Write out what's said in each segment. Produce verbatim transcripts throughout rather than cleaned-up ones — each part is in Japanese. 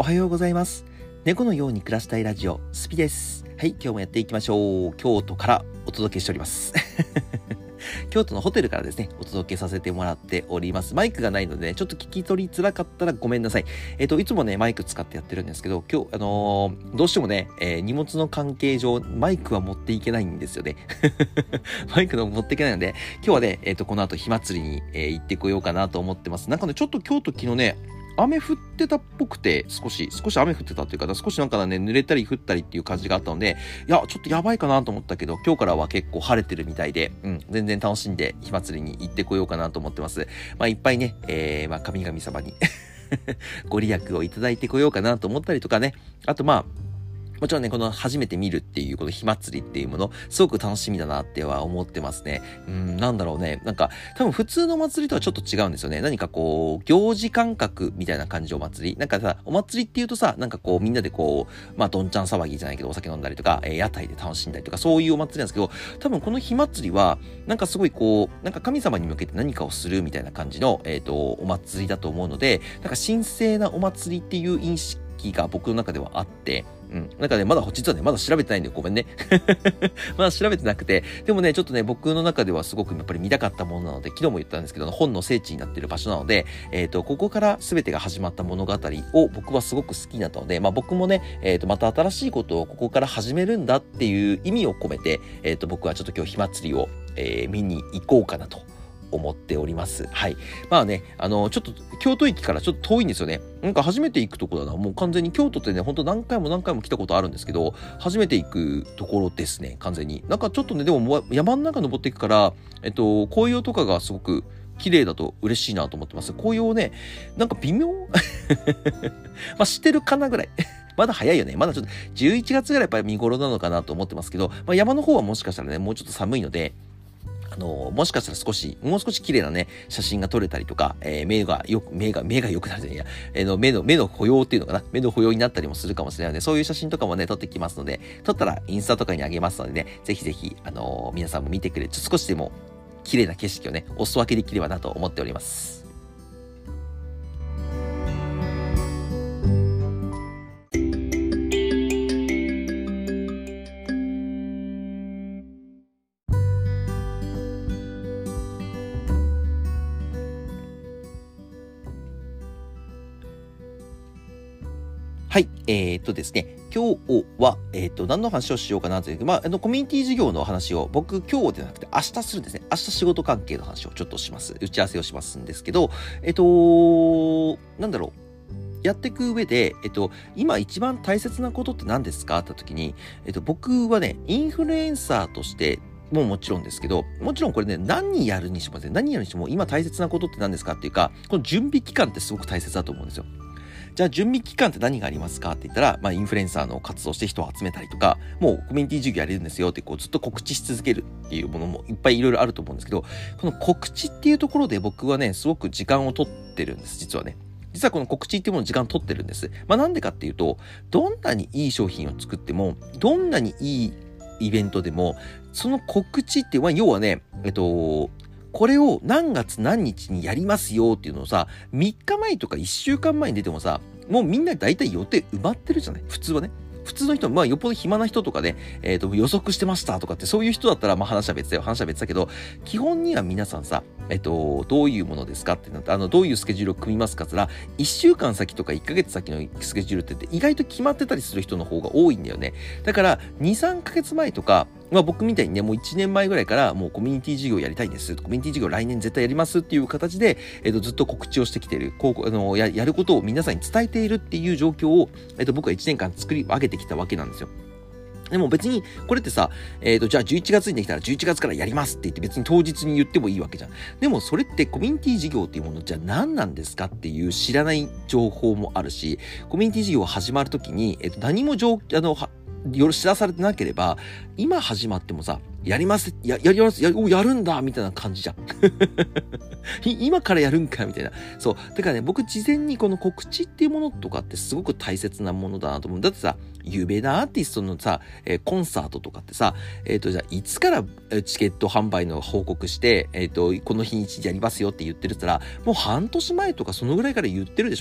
おはようございます。猫のように暮らしたいラジオ、スピです。はい、今日もやっていきましょう。京都からお届けしております。京都のホテルからですね、お届けさせてもらっております。マイクがないので、ね、ちょっと聞き取りづらかったらごめんなさい。えっと、いつもね、マイク使ってやってるんですけど、今日、あのー、どうしてもね、えー、荷物の関係上、マイクは持っていけないんですよね。マイクの持っていけないので、今日はね、えっと、この後、火祭りに、えー、行ってこようかなと思ってます。なんかね、ちょっと京都昨日ね、雨降ってたっぽくて、少し、少し雨降ってたというか、少しなんかね、濡れたり降ったりっていう感じがあったので、いや、ちょっとやばいかなと思ったけど、今日からは結構晴れてるみたいで、うん、全然楽しんで火祭りに行ってこようかなと思ってます。まあ、いっぱいね、えー、まあ、神々様にご利益をいただいてこようかなと思ったりとかね、あとまあ、もちろんね、この初めて見るっていう、この火祭りっていうもの、すごく楽しみだなっては思ってますね。うん、なんだろうね。なんか、多分普通のお祭りとはちょっと違うんですよね。何かこう、行事感覚みたいな感じのお祭り。なんかさ、お祭りっていうとさ、なんかこう、みんなでこう、まあ、どんちゃん騒ぎじゃないけど、お酒飲んだりとか、えー、屋台で楽しんだりとか、そういうお祭りなんですけど、多分この火祭りは、なんかすごいこう、なんか神様に向けて何かをするみたいな感じの、えっと、お祭りだと思うので、なんか神聖なお祭りっていう認識が僕の中ではあって、うん。なんかね、まだ、実はね、まだ調べてないんだよ。ごめんね。まだ調べてなくて。でもね、ちょっとね、僕の中ではすごくやっぱり見たかったものなので、昨日も言ったんですけど、本の聖地になっている場所なので、えっと、ここから全てが始まった物語を僕はすごく好きだったので、まあ僕もね、えっと、また新しいことをここから始めるんだっていう意味を込めて、えっと、僕はちょっと今日火祭りを、えー、見に行こうかなと思っております。はい。まあね、あの、ちょっと、京都駅からちょっと遠いんですよね。なんか初めて行くところだな。もう完全に京都ってね、ほんと何回も何回も来たことあるんですけど、初めて行くところですね、完全に。なんかちょっとね、でも山の中登っていくから、えっと、紅葉とかがすごく綺麗だと嬉しいなと思ってます。紅葉ね、なんか微妙まあ、してるかなぐらい。まだ早いよね。まだちょっとじゅういちがつぐらいやっぱり見頃なのかなと思ってますけど、まあ、山の方はもしかしたらね、もうちょっと寒いので、あの、もしかしたら少し、もう少し綺麗なね、写真が撮れたりとか、えー、目がよく、目が、目が良くなるじゃないや、えー、の、目の、目の保養っていうのかな、目の保養になったりもするかもしれないので、そういう写真とかもね、撮ってきますので、撮ったらインスタとかにあげますのでね、ぜひぜひ、あのー、皆さんも見てくれ、ちょっと少しでも綺麗な景色をね、お裾分けできればなと思っております。はい。えー、っとですね。今日は、えー、っと、何の話をしようかなという、まあ、あの、コミュニティ事業の話を僕、今日でなくて明日するんですね。明日仕事関係の話をちょっとします。打ち合わせをしますんですけど、えー、っと、なんだろう。やっていく上で、えっと、今一番大切なことって何ですかって言った時に、えっと、僕はね、インフルエンサーとして、もうもちろんですけど、もちろんこれね、何やるにしてもね、何やるにしても今大切なことって何ですかっていうか、この準備期間ってすごく大切だと思うんですよ。じゃあ準備期間って何がありますかって言ったら、まあインフルエンサーの活動して人を集めたりとか、もうコミュニティ授業やれるんですよってこうずっと告知し続けるっていうものもいっぱいいろいろあると思うんですけど、この告知っていうところで僕はね、すごく時間を取ってるんです、実はね。実はこの告知っていうもの時間取ってるんです。まあなんでかっていうと、どんなにいい商品を作っても、どんなにいいイベントでも、その告知っていうのは要はね、えっと、これを何月何日にやりますよっていうのをさ、みっかまえとかいっしゅうかんまえに出てもさ、もうみんな大体予定埋まってるじゃない？普通はね。普通の人、まあよっぽど暇な人とかで、えっと、予測してましたとかってそういう人だったら、まあ話は別だよ。話は別だけど、基本には皆さんさ、えっと、どういうものですかってなって、あの、どういうスケジュールを組みますかって言ったら、いっしゅうかん先とかいっかげつ先のスケジュールって意外と決まってたりする人の方が多いんだよね。だから、に、さんかげつまえとか、まあ僕みたいにね、もういちねんまえぐらいからもうコミュニティ事業やりたいんです。コミュニティ事業来年絶対やりますっていう形で、えっと、ずっと告知をしてきている、こう、あの、や、やることを皆さんに伝えているっていう状況を、えっと、僕はいちねんかん作り上げてきたわけなんですよ。でも別に、これってさ、えっと、じゃあじゅういちがつにできたらじゅういちがつからやりますって言って別に当日に言ってもいいわけじゃん。でもそれってコミュニティ事業っていうものじゃあ何なんですかっていう知らない情報もあるし、コミュニティ事業が始まるときに、えっと、何も情、あの、よ知らされてなければ、今始まってもさ、やります、や、やります、や、お、やるんだみたいな感じじゃん。今からやるんかみたいな。そう。だからね、僕事前にこの告知っていうものとかってすごく大切なものだなと思う。だってさ、有名なアーティストのさ、えー、コンサートとかってさ、えっと、じゃあ、いつからチケット販売の報告して、えっと、この日にちやりますよって言ってるったら、もう半年前とかそのぐらいから言ってるでしょ。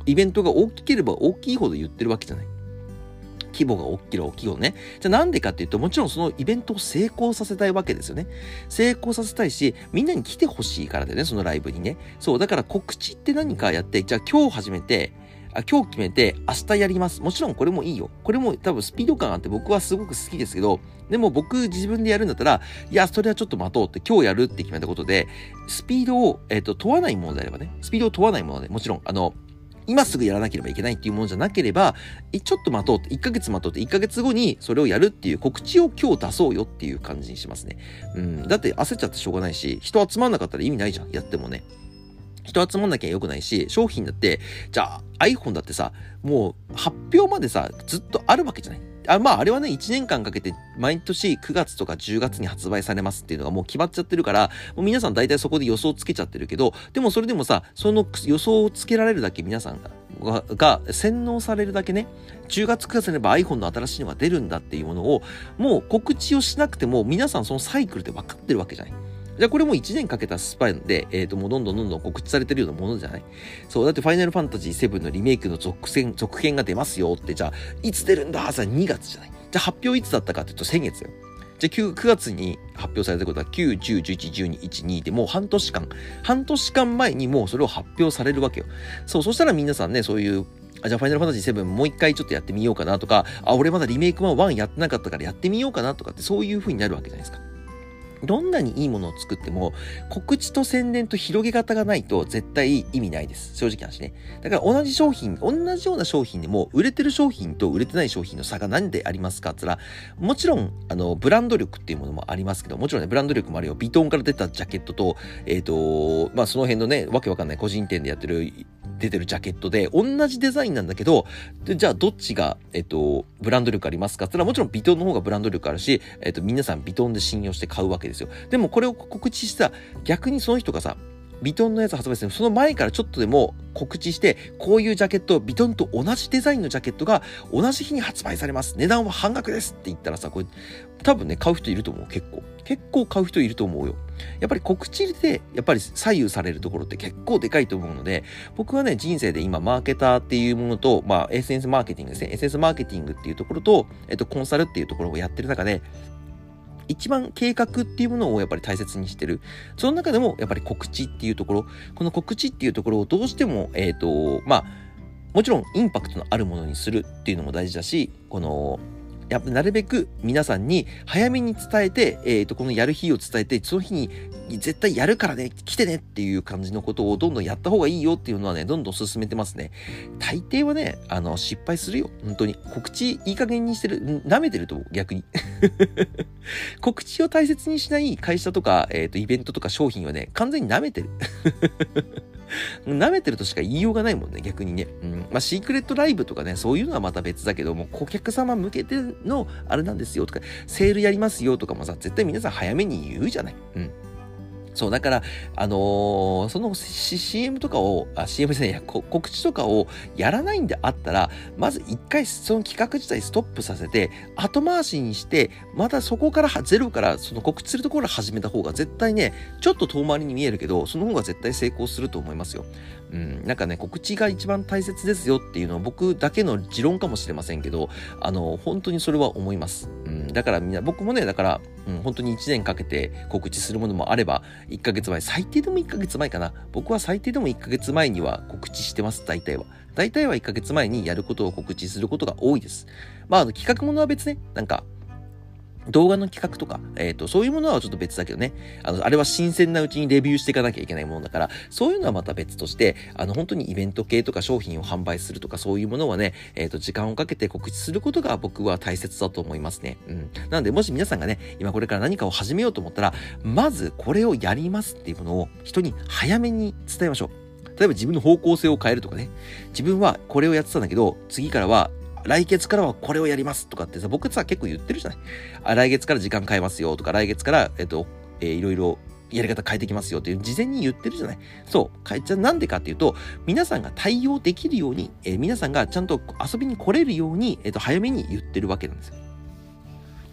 イベントが大きければ大きいほど言ってるわけじゃない。規模が大きいら大きいほどね。じゃあなんでかっていうと、もちろんそのイベントを成功させたいわけですよね。成功させたいし、みんなに来てほしいからだよね、そのライブにね。そう、だから告知って何かやって、じゃあ今日始めて、あ今日決めて明日やります。もちろんこれもいいよ。これも多分スピード感あって僕はすごく好きですけど、でも僕自分でやるんだったら、いや、それはちょっと待とうって今日やるって決めたことで、スピードを、えっと、問わないものであればね、スピードを問わないもので、もちろん、あの、今すぐやらなければいけないっていうものじゃなければ、ちょっと待とうって、いっかげつ待とうって、いっかげつごにそれをやるっていう告知を今日出そうよっていう感じにしますね。うん。だって焦っちゃってしょうがないし、人集まんなかったら意味ないじゃん。やってもね。人集まんなきゃ良くないし、商品だって、じゃあ iPhone だってさ、もう発表までさ、ずっとあるわけじゃない。あまああれはね、いちねんかんかけて毎年くがつとかじゅうがつに発売されますっていうのがもう決まっちゃってるから、もう皆さん大体そこで予想つけちゃってるけど、でもそれでもさ、その予想をつけられるだけ皆さんが、が、が洗脳されるだけね、じゅうがつくがつになれば iPhone の新しいのが出るんだっていうものを、もう告知をしなくても皆さんそのサイクルで分かってるわけじゃない。じゃあこれもいちねんかけたスパイで、えっともうどんどんどんどん告知されてるようなものじゃない。そう、だってファイナルファンタジーセブンのリメイクの続編、続編が出ますよって、じゃあいつ出るんださにがつじゃない。じゃあ発表いつだったかっていうと先月よ。じゃあ 9, くがつに発表されたことはきゅう、じゅう、じゅういち、じゅうに、いち、にでもう半年間、半年間前にもうそれを発表されるわけよ。そう、そしたら皆さんね、そういう、あ、じゃあファイナルファンタジーセブンもう一回ちょっとやってみようかなとか、あ、俺まだリメイク版ワンやってなかったからやってみようかなとかってそういう風になるわけじゃないですか。どんなにいいものを作っても告知と宣伝と広げ方がないと絶対意味ないです。正直な話ね。だから同じ商品、同じような商品でも売れてる商品と売れてない商品の差が何でありますかって言ったら、もちろんあのブランド力っていうものもありますけど、もちろんねブランド力もあるよ。ビトンから出たジャケットと、えっと、まあその辺のね、わけわかんない個人店でやってる出てるジャケットで同じデザインなんだけど、でじゃあどっちが、えっと、ブランド力ありますかって言ったら、もちろんビトンの方がブランド力あるし、えっと、皆さんビトンで信用して買うわけですよ。でもこれを告知した逆にその人がさ、ビトンのやつ発売するその前からちょっとでも告知して、こういうジャケット、ビトンと同じデザインのジャケットが同じ日に発売されます。値段は半額ですって言ったらさ、これ多分ね、買う人いると思う。結構。結構買う人いると思うよ。やっぱり告知でやっぱり左右されるところって結構でかいと思うので、僕はね、人生で今マーケターっていうものと、まあ エスエヌエス マーケティングですね。エスエヌエス マーケティングっていうところと、えっと、コンサルっていうところをやってる中で、一番計画っていうものをやっぱり大切にしてる。その中でもやっぱり告知っていうところ、この告知っていうところをどうしても、えっと、まあ、もちろんインパクトのあるものにするっていうのも大事だし、この、やっぱなるべく皆さんに早めに伝えて、えっと、このやる日を伝えて、その日に絶対やるからね、来てねっていう感じのことをどんどんやった方がいいよっていうのはね、どんどん進めてますね。大抵はね、あの、失敗するよ。本当に。告知いい加減にしてる、舐めてると思う、逆に。告知を大切にしない会社とか、えっと、イベントとか商品はね、完全に舐めてる。舐めてるとしか言いようがないもんね、逆にね。うん。まあ、シークレットライブとかね、そういうのはまた別だけども、顧客様向けてのあれなんですよとか、セールやりますよとかもさ、絶対皆さん早めに言うじゃない。うん。そう、だから、あのー、その シーエム とかを、あ、シーエム じゃないや、告知とかをやらないんであったら、まず一回その企画自体ストップさせて、後回しにして、またそこからゼロからその告知するところを始めた方が絶対ね、ちょっと遠回りに見えるけど、その方が絶対成功すると思いますよ。うん、なんかね、告知が一番大切ですよっていうのは僕だけの持論かもしれませんけど、あの、本当にそれは思います。うん、だからみんな、僕もね、だから、うん、本当にいちねんかけて告知するものもあれば、いっかげつまえ、最低でもいっかげつまえかな。僕は最低でもいっかげつまえには告知してます、大体は。大体はいっかげつまえにやることを告知することが多いです。まあ、あの企画ものは別ね、なんか、動画の企画とか、えっと、そういうものはちょっと別だけどね。あの、あれは新鮮なうちにレビューしていかなきゃいけないものだから、そういうのはまた別として、あの、本当にイベント系とか商品を販売するとか、そういうものはね、えっと、時間をかけて告知することが僕は大切だと思いますね。うん。なので、もし皆さんがね、今これから何かを始めようと思ったら、まずこれをやりますっていうものを人に早めに伝えましょう。例えば自分の方向性を変えるとかね。自分はこれをやってたんだけど、次からは、来月からはこれをやりますとかってさ、僕さ結構言ってるじゃない。あ、来月から時間変えますよとか、来月から、えっと、えー、いろいろやり方変えてきますよっていう事前に言ってるじゃない。そう。じゃあなんでかっていうと、皆さんが対応できるように、えー、皆さんがちゃんと遊びに来れるように、えっと、早めに言ってるわけなんですよ。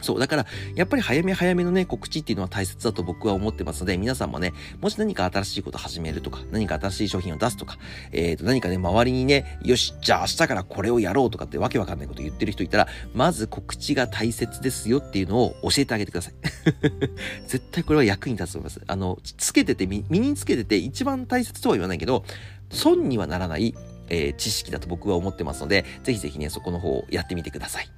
そう。だから、やっぱり早め早めのね、告知っていうのは大切だと僕は思ってますので、皆さんもね、もし何か新しいことを始めるとか、何か新しい商品を出すとか、えっと、何かね、周りにね、よし、じゃあ明日からこれをやろうとかってわけわかんないこと言ってる人いたら、まず告知が大切ですよっていうのを教えてあげてください。絶対これは役に立つと思います。あの、つけてて、身につけてて一番大切とは言わないけど、損にはならない、えー、知識だと僕は思ってますので、ぜひぜひね、そこの方をやってみてください。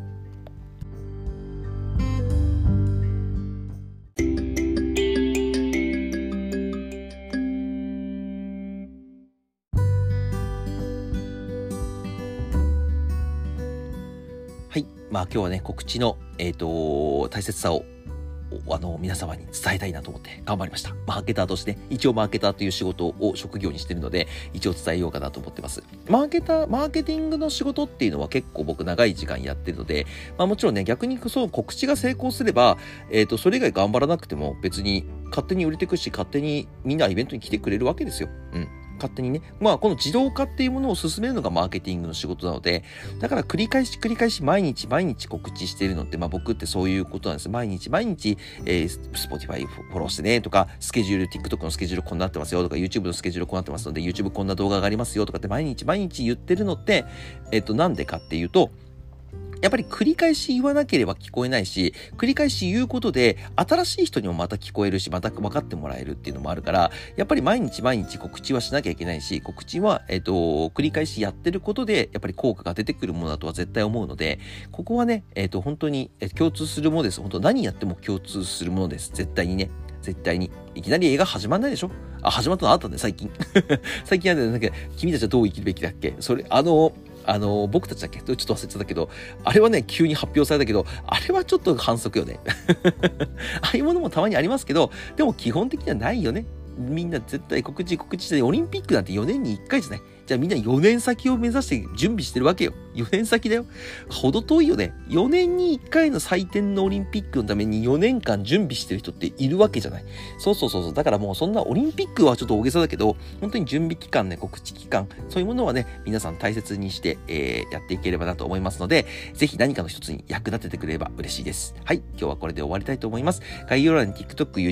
はい。まあ今日はね、告知の、えっと、大切さを、あの、皆様に伝えたいなと思って頑張りました。マーケターとしてね、一応マーケターという仕事を職業にしてるので、一応伝えようかなと思ってます。マーケター、マーケティングの仕事っていうのは結構僕長い時間やってるので、まあもちろんね、逆にそう告知が成功すれば、えっと、それ以外頑張らなくても別に勝手に売れていくし、勝手にみんなイベントに来てくれるわけですよ。うん。勝手にね。まあ、この自動化っていうものを進めるのがマーケティングの仕事なので、だから繰り返し繰り返し毎日毎日告知しているのって、まあ僕ってそういうことなんです。毎日毎日、えー、Spotify フォローしてねとか、スケジュール、TikTok のスケジュールこんなってますよとか、YouTube のスケジュールこうなってますので、YouTube こんな動画がありますよとかって毎日毎日言ってるのって、えっと、なんでかっていうと、やっぱり繰り返し言わなければ聞こえないし、繰り返し言うことで、新しい人にもまた聞こえるし、また分かってもらえるっていうのもあるから、やっぱり毎日毎日告知はしなきゃいけないし、告知は、えっと、繰り返しやってることで、やっぱり効果が出てくるものだとは絶対思うので、ここはね、えっと、本当に共通するものです。本当何やっても共通するものです。絶対にね。絶対に。いきなり映画始まんないでしょ？あ、始まったのあったんだよ、最近。最近あるんだけど、君たちはどう生きるべきだっけ？それ、あの、あの、僕たちだっけちょっと忘れてたけど、あれはね、急に発表されたけど、あれはちょっと反則よね。ああいうものもたまにありますけど、でも基本的にはないよね。みんな絶対告知告知してオリンピックなんてよねんにいっかいじゃない。じゃあみんなよねん先を目指して準備してるわけよ。よねん先だよ。ほど遠いよね。よねんにいっかいの祭典のオリンピックのためによねんかん準備してる人っているわけじゃない。そうそうそうそう。だからもうそんなオリンピックはちょっと大げさだけど、本当に準備期間ね、告知期間、そういうものはね、皆さん大切にして、えー、やっていければなと思いますので、ぜひ何かの一つに役立ててくれれば嬉しいです。はい。今日はこれで終わりたいと思います。概要欄に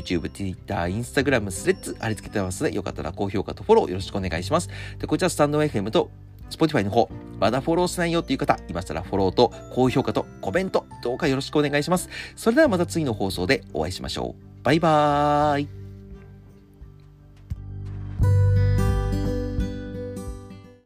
TikTok、YouTube、Twitter、Instagram、スレッズ貼り付けてますので、よかったら高評価とフォローよろしくお願いします。で、こちらスタンド エフエム とSpotify の方、まだフォローしてないよっていう方、いましたらフォローと高評価とコメント、どうかよろしくお願いします。それではまた次の放送でお会いしましょう。バイバーイ。